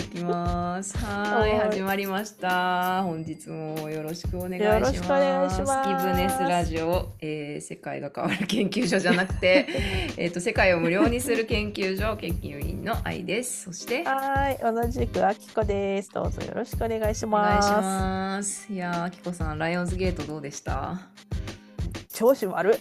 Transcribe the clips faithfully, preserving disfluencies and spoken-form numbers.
行きます。はーい、 は始まりました。本日もよろしくお願いしよろしくお願いします。 ます。 ギブネスラジオ、えー世界が変わる研究所じゃなくて、えっと、世界を無料にする研究所、研究員の愛です。そして、 はい、同じくあきこです。どうぞよろしくお願いしお願いします。 ます。いやー、あきこさん、ライオンズゲートどうでした？ 調子悪い。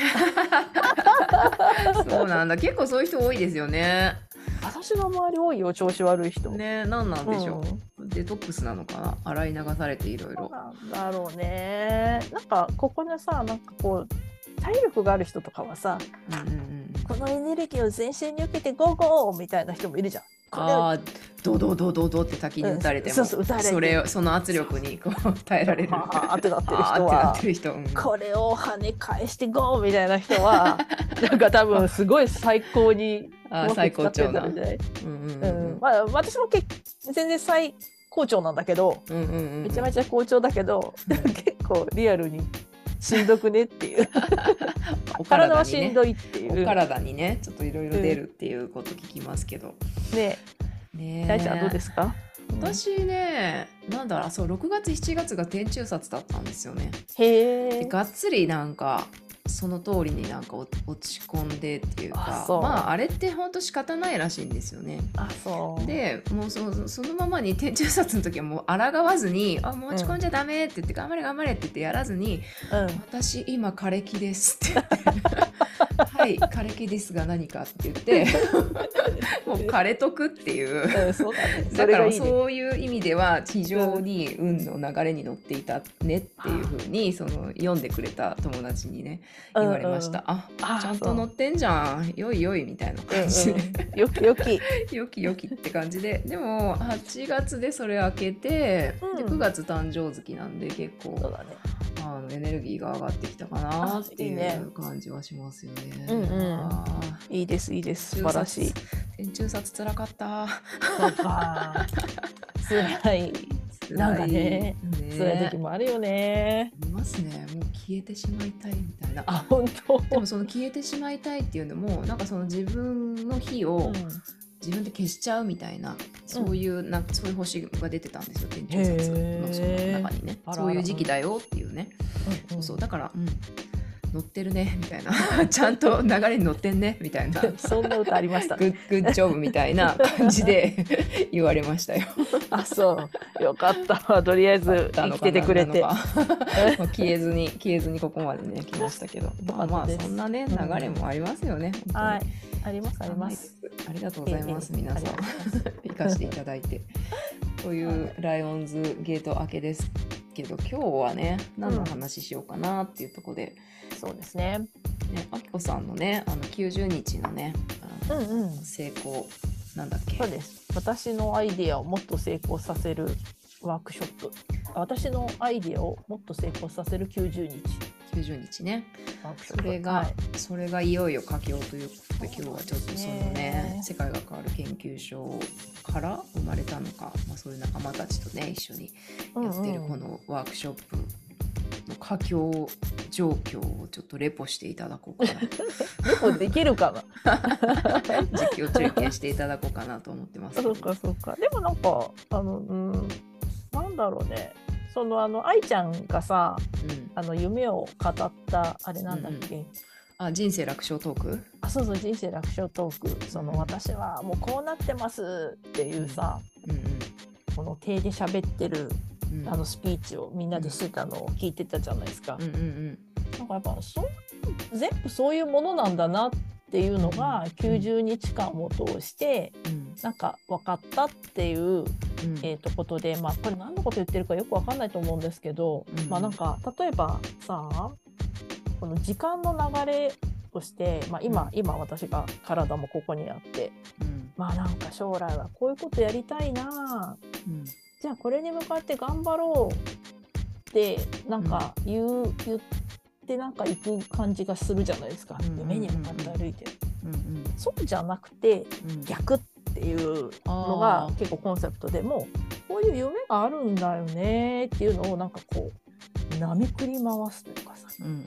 そうなんだ。結構そういう人多いですよね。 私の周り多いよ、調子悪い人。 ね、何なんでしょう。 うん、 デトックスなのかな、洗い流されていろいろ。 なんだろうね。なんかここでさ、なんかこう体力がある人とかはさ、 うんうんうん、 このエネルギーを全身に受けてゴーゴーみたいな人もいるじゃん。 ああ、ドドドドドって滝に打たれても、 うんそうそう打たれてそれをその圧力にこう耐えられる。 あーってなってる人あーってなはってる人、うん、 これを跳ね返してゴーみたいな人はなんか多分すごい最高にあー最高潮な。 うまく使ってるんじゃない？ うんうんうんうん、まあ私もけ全然最高潮なんだけど、 うんうんうんうん、 めちゃめちゃ好調だけど、結構リアルにしんどくねっていうお体体にね、 はしんどいっていうお体にねちょっといろいろ出るっていうこと聞きますけど、 ね。 ね、 大ちゃんどうですか？ 私ね、なんだろう、そうろくがつしちがつが天中殺だったんですよね。 へえ。 でがっつりなんかその通りになんか落ち込んでっていうか、 あそうまああれってほんと仕方ないらしいんですよね。 あそうでもう そ, そのままに天中殺の時はもう抗わずに、あもう落ち込んじゃダメって言って、頑張れ頑張れって言ってやらずに、 うん、 私今枯れ木ですって言ってはい枯れ木ですが何かって言ってもう枯れとくっていう、 うん、そうだね。 だからそれがいいね。 そういう意味では非常に運の流れに乗っていたねっていう風に、その読んでくれた友達にね言われました。 うんうん、 ああちゃんと乗ってんじゃん、よいよいみたいな感じで、うんうん、よきよきよきよきって感じで、でもはちがつでそれ開けて、 うん、 でくがつ誕生月なんで結構そうだね、 あのエネルギーが上がってきたかなっていいいねう感じはしますよね。 うんうんあいいですいいです素晴らしい。 天中殺つらかった。 そうか辛いなんかね、 ね、 辛い時もあるよね。 いますね。もう消えてしまいたいみたいな。 あ本当。 でもその消えてしまいたいっていうのもなんかその自分の火を、うん自分で消しちゃうみたいな、そういう、うん、なんかそういう星が出てたんですよ、天中殺のその中にね。あらあらそういう時期だよっていうね、うんうん、そうそうだから、うん、乗ってるねみたいなちゃんと流れに乗ってんねみたいなそんな歌ありましたね。グッグッジョブみたいな感じで言われましたよ。 あそうよかったわ、とりあえず生きててくれて消えずに消えずにここまでね来ましたけど、まあまあそんなね流れもありますよね、うん、 はいありますあります。 ありがとうございます、えー、皆さん生かしていただいてというライオンズゲート明けですけど、今日はね何の話しようかなっていうところで、 うん、そうですねね、あきこさんのねあのきゅうじゅうにちのねあの、うんうん、成功なんだっけ。 そうです。私のアイデアをもっと成功させるワークショップ、私のアイデアをもっと成功させるきゅうじゅうにちきゅうじゅうにちね、それが、はい、それがいよいよ佳境ということで、今日はちょっとそのね世界が変わる研究所から生まれたのか、まあ、そういう仲間たちとね一緒にやってるこのワークショップの佳境状況をちょっとレポしていただこうかなレポできるかな実況中継していただこうかなと思ってます。 そうかそうか。でもなんかあの、うん、なんだろうね、そのあの愛ちゃんがさ、うん、あの夢を語ったあれなんだっけ、うんうん、 あ人生楽勝トーク。 あそうそう人生楽勝トーク、その、うん、私はもうこうなってますっていうさ、うんうん、この手で喋ってる、うん、あのスピーチをみんなでしてたのを聞いてたじゃないですか、うんうんうん、なんかやっぱそ全部そういうものなんだなっていうのがきゅうじゅうにちかんを通してなんか分かったっていう、うんえー、とことで、まあ、これ何のこと言ってるかよく分かんないと思うんですけど、うんまあ、なんか例えばさこの時間の流れとして、まあ、今、うん、今私が体もここにあって、うん、まあなんか将来はこういうことやりたいな、うん、じゃあこれに向かって頑張ろうってなんか言う、うん、言ってなんか行く感じがするじゃないですか、うん、夢に向かって歩いてる、うんうん、そうじゃなくて、うん、逆っていうのが結構コンセプトでもうこういう夢があるんだよねっていうのをなんかこうなめくり回すというかさ、うんうんうんうん、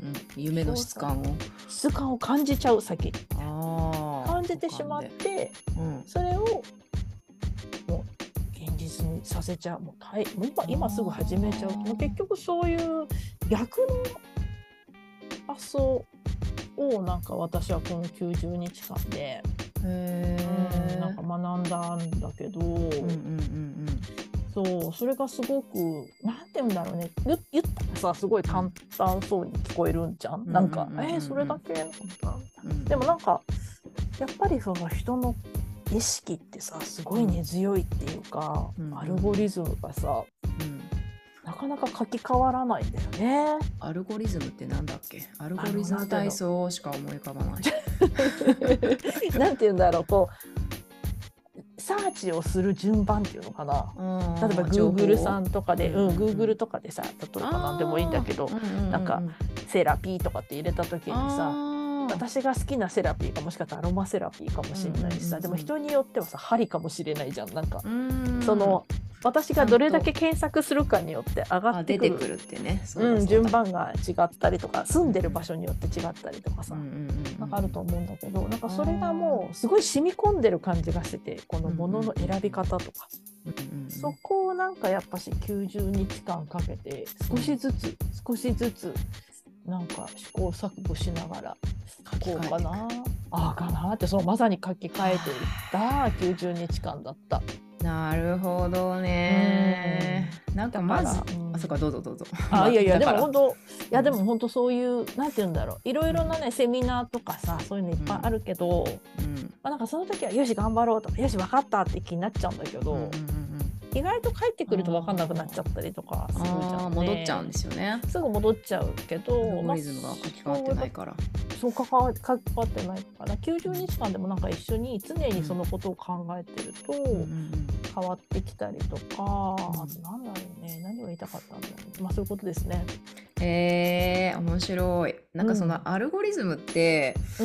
夢の質感を質感を感じちゃう先にあ感じてしまって、うん、それをもう実にさせちゃう。もう大もう 今, 今すぐ始めちゃう。もう結局そういう逆の発想をなんか私はこのきゅうじゅうにちかんでへうんなんか学んだんだけど、うんうんうんうん、そうそれがすごくなんて言うんだろうね、言, 言ったらさすごい簡単そうに聞こえるんじゃん、うん、なんか、うんうんうん、えー、それだけなんか、うん、でもなんかやっぱりその人の意識ってさすごい根強いっていうか、うん、アルゴリズムがさ、うん、なかなか書き換わらないんだよね。 アルゴリズムってなんだっけ？アルゴリズム体操しか思い浮かばない。 なんて言うんだろう、こうサーチをする順番っていうのかな。例えば Google さんとかで、うん、Google とかでさ、例えば何でもいいんだけど、なんかセラピーとかって入れた時にさ、私が好きなセラピーかもしかしたらアロマセラピーかもしれないしさ、でも人によってはさ針かもしれないじゃん。なんかその私がどれだけ検索するかによって上がってくる、 出てくるってね、 そうだそうだ、うん、順番が違ったりとか住んでる場所によって違ったりとかさ、うんうんうん、なんかあると思うんだけど、なんかそれがもうすごい染み込んでる感じがしてて、このものの選び方とか、うんうんうん、そこをなんかやっぱしきゅうじゅうにちかんかけて少しずつ少しずつなんか試行錯誤しながらこうかなああかなって、そうまさに書き換えていったきゅうじゅうにちかんだった。 なるほどね。なんかまず、うん、あ、そうか、どうぞどうぞ。 あ、いやいや、でも本当、いやでも本当そういうなんて言うんだろう、いろいろなねセミナーとかさそういうのいっぱいあるけど、うんまあ、なんかその時はよし頑張ろうとかよし分かったって気になっちゃうんだけど、うんうんうん、意外と帰ってくると分かんなくなっちゃったりとかするじゃんね。 戻っちゃうんですよね。 すぐ戻っちゃうけど、 アルゴリズムが書き換わってないから。 そう関わ関わってないからきゅうじゅうにちかんでもなんか一緒に常にそのことを考えてると変わってきたりとか、うん、あとなんだろうね、何を言いたかったんだろう、まあそういうことですね。 えー、面白い。なんかそのアルゴリズムって、うん、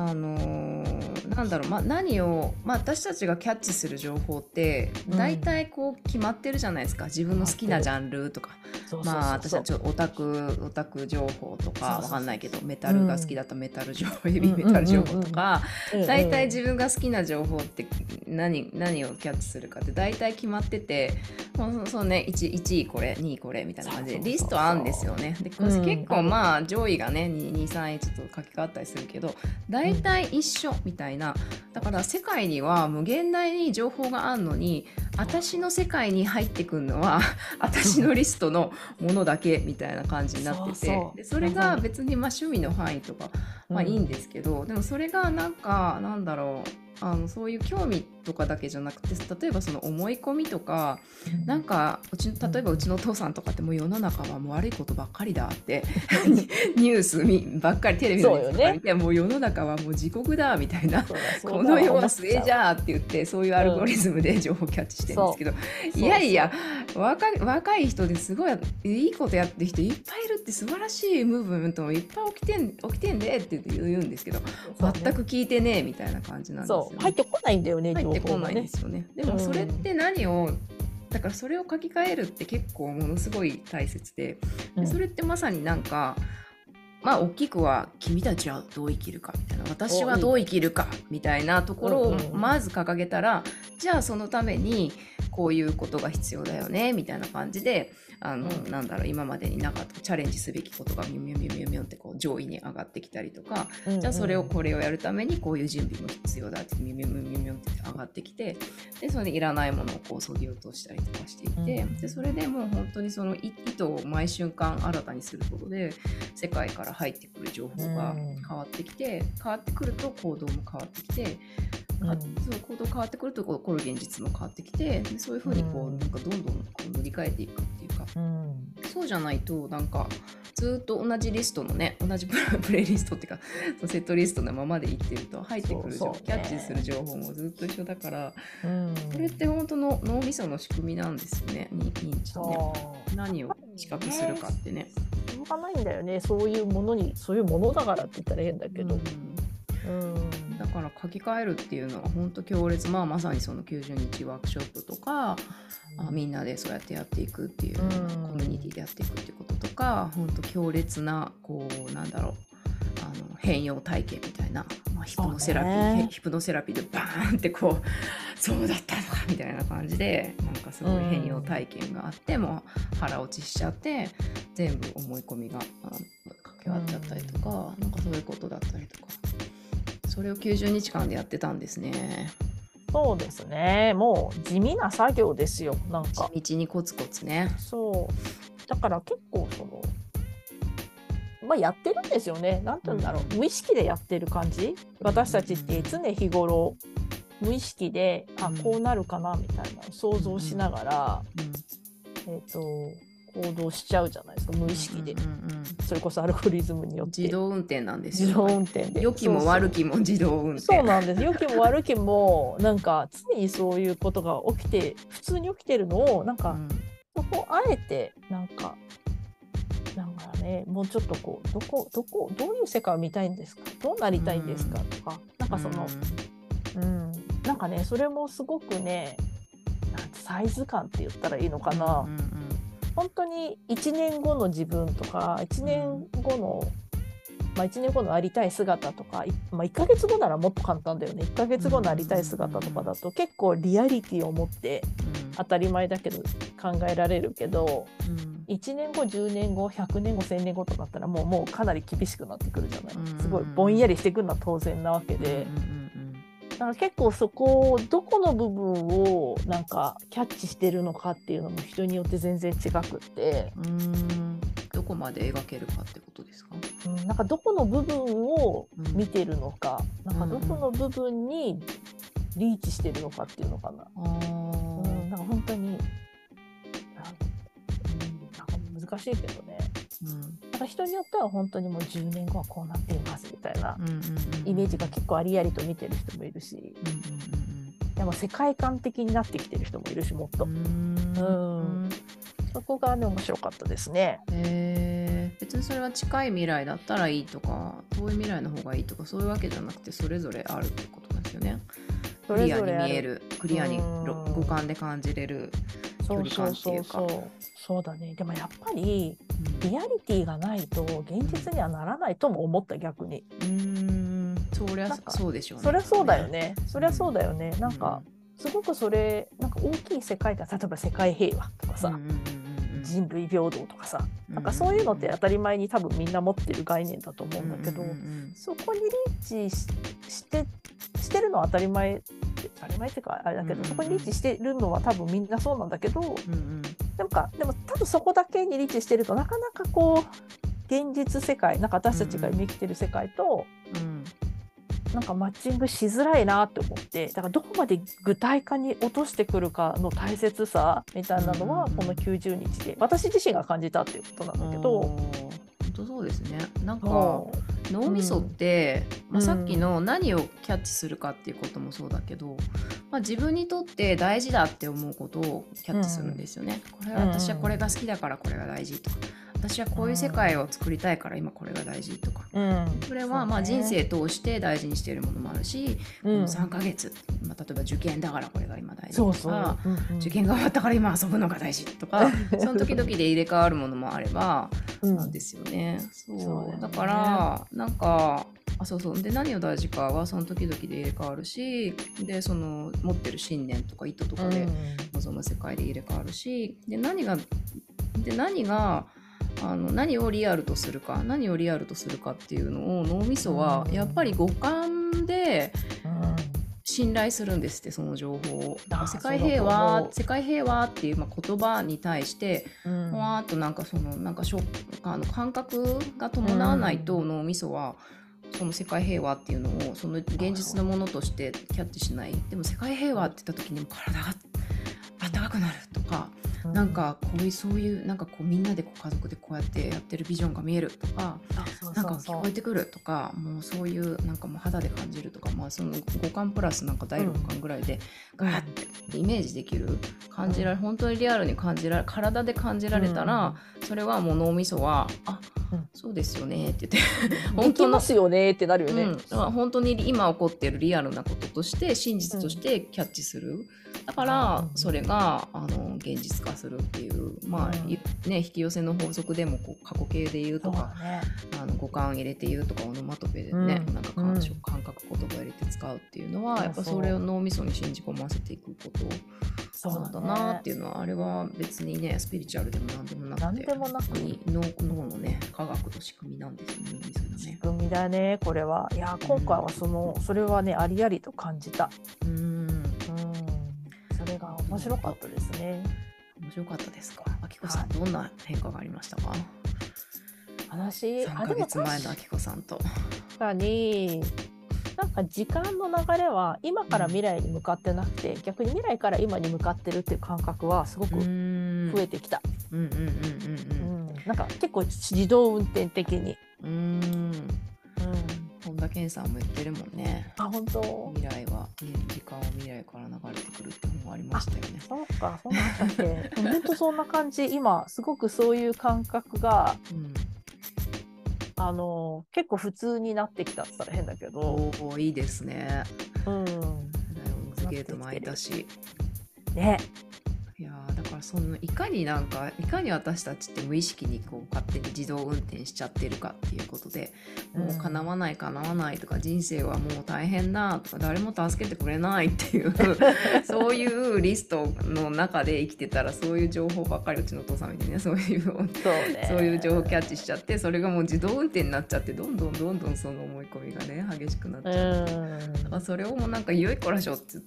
あのー、なんだろう、まあ、何を、まあ、私たちがキャッチする情報って大体こう決まってるじゃないですか。自分の好きなジャンルとか、まあ私はちょっとオタクオタク情報とかわかんないけど、メタルが好きだとメタル情報、ヘビーメタル情報とか、大体自分が好きな情報って何何をキャッチするかって大体決まってて、そうそうね、いち, いちいこれにいこれみたいな感じでリストあるんですよね。でこれ結構まあ上位がねにいさんいちょっと書き換わったりするけど大体一緒みたいな。だから世界には無限大に情報があるのに私の世界に入ってくるのは私のリストのものだけみたいな感じになってて、そうそう、でそれが別にまあ趣味の範囲とかまあいいんですけど、うん、でもそれがなんかなんだろう、あのそういう興味とかだけじゃなくて、例えばその思い込みとか、うん、なんかうち例えばうちのお父さんとかってもう世の中はもう悪いことばっかりだってニュースばっかりテレビのニュースとか見て、もう世の中はもう地獄だみたいな、この世は末じゃって言ってそういうアルゴリズムで情報キャッチしてるんですけど、うん、いやいや若い、若い人ですごいいいことやってる人いっぱいいるって、素晴らしいムーブメントもいっぱい起きてん起きてんでって言うんですけど、全く聞いてねえみたいな感じなんですよね。 入ってこないんだよね、 入ってこないんですよね。でもそれって何を、うん、だからそれを書き換えるって結構ものすごい大切で、でそれってまさになんか、まあ大きくは君たちはどう生きるかみたいな、私はどう生きるかみたいなところをまず掲げたら、じゃあそのためにこういうことが必要だよねみたいな感じで、あの、うん、なんだろう、今までになかったチャレンジすべきことがミュミュミュミュミュってこう上位に上がってきたりとか、うんうん、じゃあそれをこれをやるためにこういう準備も必要だってミュミュミュミュミュって上がってきて、でそれでいらないものをこう削ぎ落としたりとかしていて、うん、でそれでもう本当にその意図を毎瞬間新たにすることで世界から入ってくる情報が変わってきて、変わってくると行動も変わってきて、うん、そう行動変わってくるとこう起こる現実も変わってきて、でそういうふうにこうなんかどんどんこう塗り替えていくっていうか、うん、そうじゃないとなんかずっと同じリストのね、同じプレイリストっていうかセットリストのままでいってると入ってくる情報、キャッチする情報もずっと一緒だから、うん、これって本当の脳みその仕組みなんですよね。認知とね、何を知覚するかってね、 しょうがないんだよね。そういうものに、そういうものだからって言ったら変だけど、うんうん、だから書き換えるっていうのは本当強烈、まあ、まさにそのきゅうじゅうにちワークショップとか、うん、あみんなでそうやってやっていくっていう、うん、コミュニティでやっていくっていうこととか、本当強烈なこうなんだろう、あの変容体験みたいな、まあ、ヒプノセラピー、ヒプノセラピーでバーンってこうそうだったのかみたいな感じでなんかすごい変容体験があって、うん、もう腹落ちしちゃって全部思い込みがかけ合っちゃったりとか、うん、なんかそういうことだったりとか、それをきゅうじゅうにちかんでやってたんですね。 そうですね、もう地味な作業ですよ。なんか地道にコツコツね。 そうだから結構そのまあ、やってるんですよね。なんて言うんだろう、うん、無意識でやってる感じ。私たちって常日頃無意識で、うん、あこうなるかなみたいな想像しながら、うん、えーと行動しちゃうじゃないですか、無意識で、うんうんうん、それこそアルゴリズムによって自動運転なんですよ。 自動運転で良きも悪きも自動運転。 そうなんです。良きも悪きもなんか常にそういうことが起きて普通に起きてるのをなんか、うん、そこあえてなんかなんかね、もうちょっとこうどこどこどういう世界を見たいんですか、どうなりたいんですかとか、なんかその、うん、なんかねそれもすごくね、なんてサイズ感って言ったらいいのかな、うんうんうん、本当にいちねんごの自分とかいちねんごの、まあ、いちねんごのありたい姿とか、まあ、いっかげつごならもっと簡単だよね。いっかげつごのありたい姿とかだと結構リアリティを持って当たり前だけど考えられるけど、うんいちねんごじゅうねんごひゃくねんごせんねんごとかだったらもう、もうかなり厳しくなってくるじゃない、うんうんうん、すごいぼんやりしてくるのは当然なわけで、うんうんうん、だから結構そこをどこの部分をなんかキャッチしてるのかっていうのも人によって全然違くって、 うーんどこまで描けるかってことですか、 うん、なんかどこの部分を見てるのか、うん、なんかどこの部分にリーチしてるのかっていうのかな、うんうん、なんか本当に難しいけどね、うん、なんか人によっては本当にもうじゅうねんごはこうなっていますみたいなイメージが結構ありありと見てる人もいるし、うんうんうん、でも世界観的になってきてる人もいるしもっと、うんうん、そこがね面白かったですね。 へー、別にそれは近い未来だったらいいとか遠い未来の方がいいとかそういうわけじゃなくてそれぞれあるってことなんですよね。クリアに見える、クリアに五感で感じれる距離感っていうか、 そうそうそうそうそうだね。でもやっぱりリアリティがないと現実にはならないとも思った、逆に。 うーん、そりゃそうでしょうね。 そりゃそうだよね。そりゃそうだよね。なんかすごくそれなんか大きい世界観、例えば世界平和とかさ、うんうんうんうん、人類平等とかさ、なんかそういうのって当たり前に多分みんな持ってる概念だと思うんだけど、うんうんうん、そこにリーチ し, してしてるのは当たり前当たり前っていうかあれだけど、うんうんうん、そこにリーチしてるのは多分みんなそうなんだけど、うんうん、なんかでも多分そこだけにリーチしてるとなかなかこう現実世界なんか私たちが生きてる世界と、うんうん、なんかマッチングしづらいなって思って、だからどこまで具体化に落としてくるかの大切さみたいなのはこのきゅうじゅうにちで私自身が感じたっていうことなんだけど、 本当そうですね。なんか脳みそって、うんまあ、さっきの何をキャッチするかっていうこともそうだけど、まあ、自分にとって大事だって思うことをキャッチするんですよね、うん、これは私はこれが好きだからこれが大事とか、私はこういう世界を作りたいから今これが大事とか、うん、それはまあ人生通して大事にしているものもあるし、うん、このさんかげつ、まあ、例えば受験だからこれが今大事とか、そうそう、うんうん、受験が終わったから今遊ぶのが大事とかその時々で入れ替わるものもあればなんですよね、うん、そう、そうだよね。だからなんかあそうそうで何を大事かはその時々で入れ替わるし、でその持ってる信念とか意図とかで望む世界で入れ替わるし、で何がで何があの何をリアルとするか何をリアルとするかっていうのを脳みそはやっぱり五感で信頼するんですって、その情報を。だから世界平和世界平和っていう、まあ、言葉に対してふわーっとなんかそのなんかショックあの感覚が伴わないと脳みそはその世界平和っていうのをその現実のものとしてキャッチしない。でも世界平和って言った時に体が温かくなるとか、うん、なんかこういうそういうなんかこうみんなでこう家族でこうやってやってるビジョンが見えるとか、そうそうそう、なんか聞こえてくるとか、もうそういうなんかもう肌で感じるとか、まあその五感プラスなんかだいろくかんぐらいでガーってイメージできる、感じられ、本当にリアルに感じられ、体で感じられたら、うん、それはもう脳みそはあ、うん、そうですよねって言って本当ますよねってなるよね、 うん、本当に今起こっているリアルなこととして真実としてキャッチする、 だからそれがあの現実化するっていう、まあ、うんね、引き寄せの法則でもこう過去形で言うとか、ね、あの五感入れて言うとかオノマトペでね、うん、なんか感触、感覚言葉入れて使うっていうのは、うん、やっぱそれを脳みそに信じ込ませていくことそうだなっていうのは、あれは別にねスピリチュアルでも何でもなくて、 何でもなく脳のね科学の仕組みなんですよね。脳みそのね仕組みだねこれは。いや今回はその、うん、それはねありありと感じた。うん、うん、それが面白かったですね。 面白かったですか。あきこさん、はい、どんな変化がありましたか。 話さんかげつまえのあきこさんと。 確かになんか時間の流れは今から未来に向かってなくて、うん、逆に未来から今に向かってるっていう感覚はすごく増えてきた。なんか結構自動運転的に。うーん、うん、 本田健さんも言ってるもんね。 あ、本当。 未来は時間は未来から流れてくるって本もありましたよね。 そうか、そうなんだっけ。本当そんな感じ。今すごくそういう感覚が、うん、あの結構普通になってきたって言ったら変だけど。 おお、いいですね。うん。ダイヤモンドゲートも開いたし。ね。いやだからそのいかになんかいかに私たちって無意識にこう勝手に自動運転しちゃってるかっていうことで、もう叶わない叶わないとか、人生はもう大変だとか、誰も助けてくれないっていうそういうリストの中で生きてたら、そういう情報ばっかり、うちのお父さんみたいにね、そういうそうね、そういう情報をキャッチしちゃって、それがもう自動運転になっちゃって、どんどんどんどんその思い込みがね激しくなっちゃう。だからそれをもうなんかよいこらしょって言って、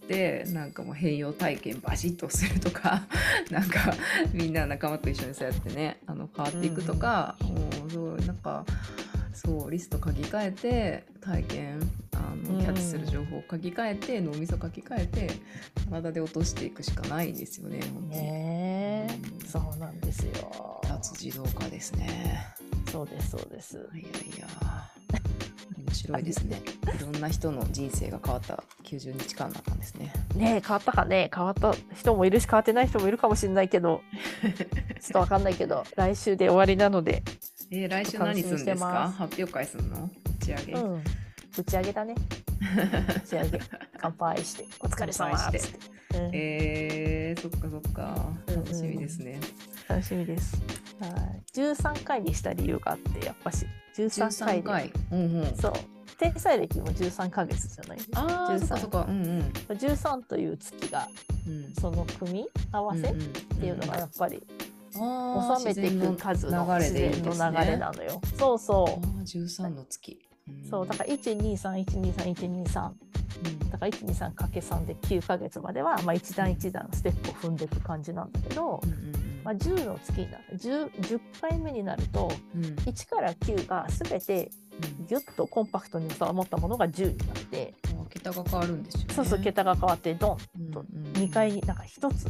なんかもう変容体験バシッとするとかなんかみんな仲間と一緒にそうやってね、あの変わっていくとか、うん、もうそうなんかそうリスト書き換えて体験あのキャッチする情報を書き換えて、脳みそ書き換えて体で落としていくしかないんですよね。本当にね、うん、そうなんですよ。 脱自動化ですね。 そうですそうです。 いやいや面白いですね。いろんな人の人生が変わったきゅうじゅうにちかんだったんですね。 ねえ、変わったかね。変わった人もいるし変わってない人もいるかもしれないけどちょっとわかんないけど来週で終わりなので、 えー、来週何するんですか。発表会するの。打ち上げ、うん、 打ち上げだね。打ち上げ乾杯してお疲れ様って、 うん、えー、そっかそっか、楽しみですね、 うん、楽しみです。はい、じゅうさんかいにした理由があって、やっぱしじゅうさんかいで、じゅうさんかい、うんうん、そう天才歴もじゅうさんかげつじゃない。 ああ、そっかそっか、うんうん、じゅうさんという月が、うん、その組み合わせっていうのがやっぱり、うんうん、収めていく数の自然の流れなのよ。そうそう。 あじゅうさんの月。 うん、そうだからいちにさんいちにさんいちにさん、うん、だからいちにさんかけさんできゅうかげつまでは、まあ、一段一段ステップを踏んでいく感じなんだけど、うんうんうん、まあ、じゅうの月になる 10, じゅっかいめになると、うん、いちからきゅうが全てギュッとコンパクトに収まったものがじゅうになって、 うん、桁が変わるんですよね。 そうそう、桁が変わってドンとにかいになんかひとつ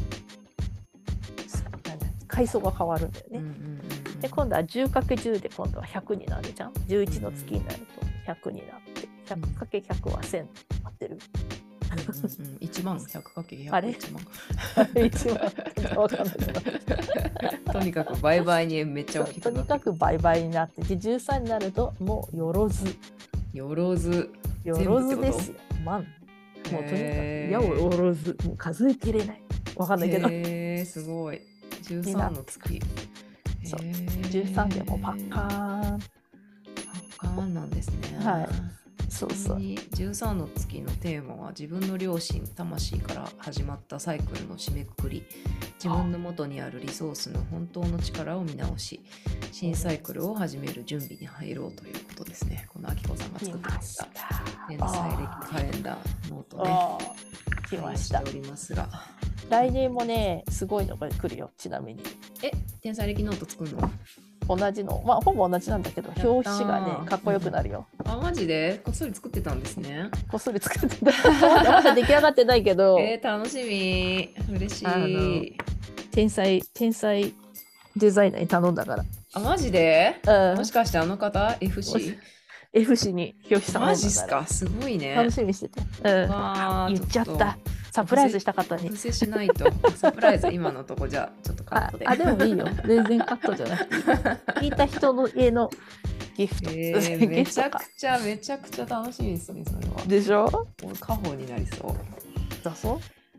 階層が変わるんだよね、うんうんうんうん、で今度は じゅうかけるじゅう で今度はひゃくになるじゃん。じゅういちの月になるとひゃくになって ひゃくかけるひゃく はせん合ってる。 うんうんうん、いちまん ひゃくかけるひゃくあれいちまんいちまん分かんないとにかく倍々にめっちゃ大きくなって、 とにかく倍々になって、でじゅうさんになるともうよろずよろずよろずですよ。万もうとにかくやおよろず、もう数えきれない。わかんないけど、 へーすごい。じゅうさんの月、 そうじゅうさんでもパッカーンパッカーンなんですね。 はい、そうそう。 じゅうさんの月のテーマは自分の良心魂から始まったサイクルの締めくくり、自分の元にあるリソースの本当の力を見直し、新サイクルを始める準備に入ろうということですね。このあきこさんが作ってました天才暦カレンダーノートね、 来ました。 しておりますが、 来年もねすごいのが来るよ。ちなみにえ天才暦ノート作るの？ 同じの、まあほぼ同じなんだけど表紙がねかっこよくなるよ、 うん、あマジでこっそり作ってたんですね。 こっそり作ってたまだ出来上がってないけどえー、楽しみ、嬉しい。 天才天才デザイナーに頼んだから。 あマジで、うん、もしかしてあの方 エフシーエフシー に表紙さんマジっすか。すごいね。 楽しみにしてて、うん、言っちゃった。サプライズしたかったね。 伏せしないと。サプライズ今のとこじゃちょっとカットで。 あ, あでもいいよ。全然カットじゃなくていい。聞いた人の家のギフト。 えー、めちゃくちゃめちゃくちゃ楽しみですねそれは。 でしょ？ 家宝になりそう。 だそう。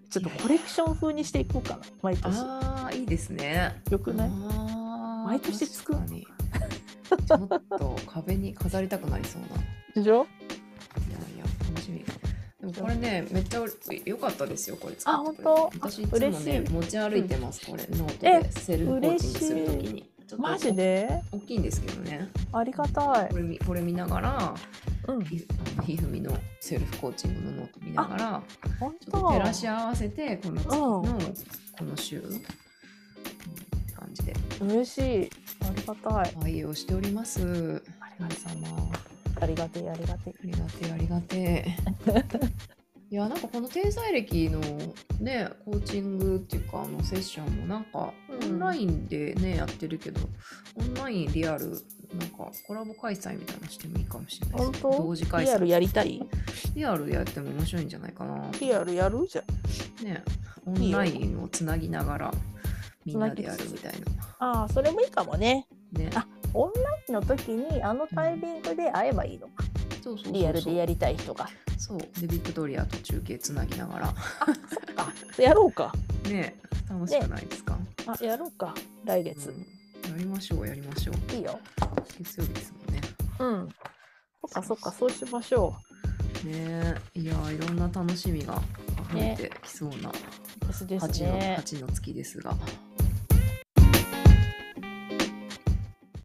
ちょっとコレクション風にしていこうかな、毎年。 ああ、いいですね。 よくない？毎年作る。 ちょっと壁に飾りたくなりそうな。 でしょ？ いやいや、楽しみ。でもこれね、めっちゃ良かったですよ、これあ、本当？ 私いつもね、持ち歩いてます、これ。ノートでセルフコーチングするときに。 マジで？ 大きいんですけどね。 ありがたい。 これ見、これ見ながら、 うん、 ひあのひふみのセルフコーチングのノート見ながら、 本ちょっと照らし合わせて、この月のこの週、うん、感じで。 嬉しい。ありがたい。 愛用しております。 ありがとう。ありがてえ、ありがてえ。 ありがてえ、ありがてえ。いや、なんかこの経済歴のね、コーチングっていうか、あのセッションもなんかオンラインでね、やってるけど、オンライン、リアル、なんかコラボ開催みたいなのしてもいいかもしれないですね。 本当？ 同時開催。 リアルやりたい？ リアルやっても面白いんじゃないかな。 リアルやるじゃん。 ね、オンラインをつなぎながらみんなでやるみたいな。 ああ、それもいいかもね。 ね。 あ、オンラインの時にあのタイミングで会えばいいのか。 うん、そうそうそうそう。 リアルでやりたい人が。 そう。で、ビクトリアと中継つなぎながら。あ、 そっか。やろうか。 ね、楽しくないですか？ね、 あ、やろうか。来月、 うん。やりましょう、やりましょう。 いいよ。 月曜日ですもんね。 うん。そっかそっか、そうしましょう。ねえ、いや、いろんな楽しみが溢れてきそうな、 ね、ですですね。 はちの、はちの月ですが。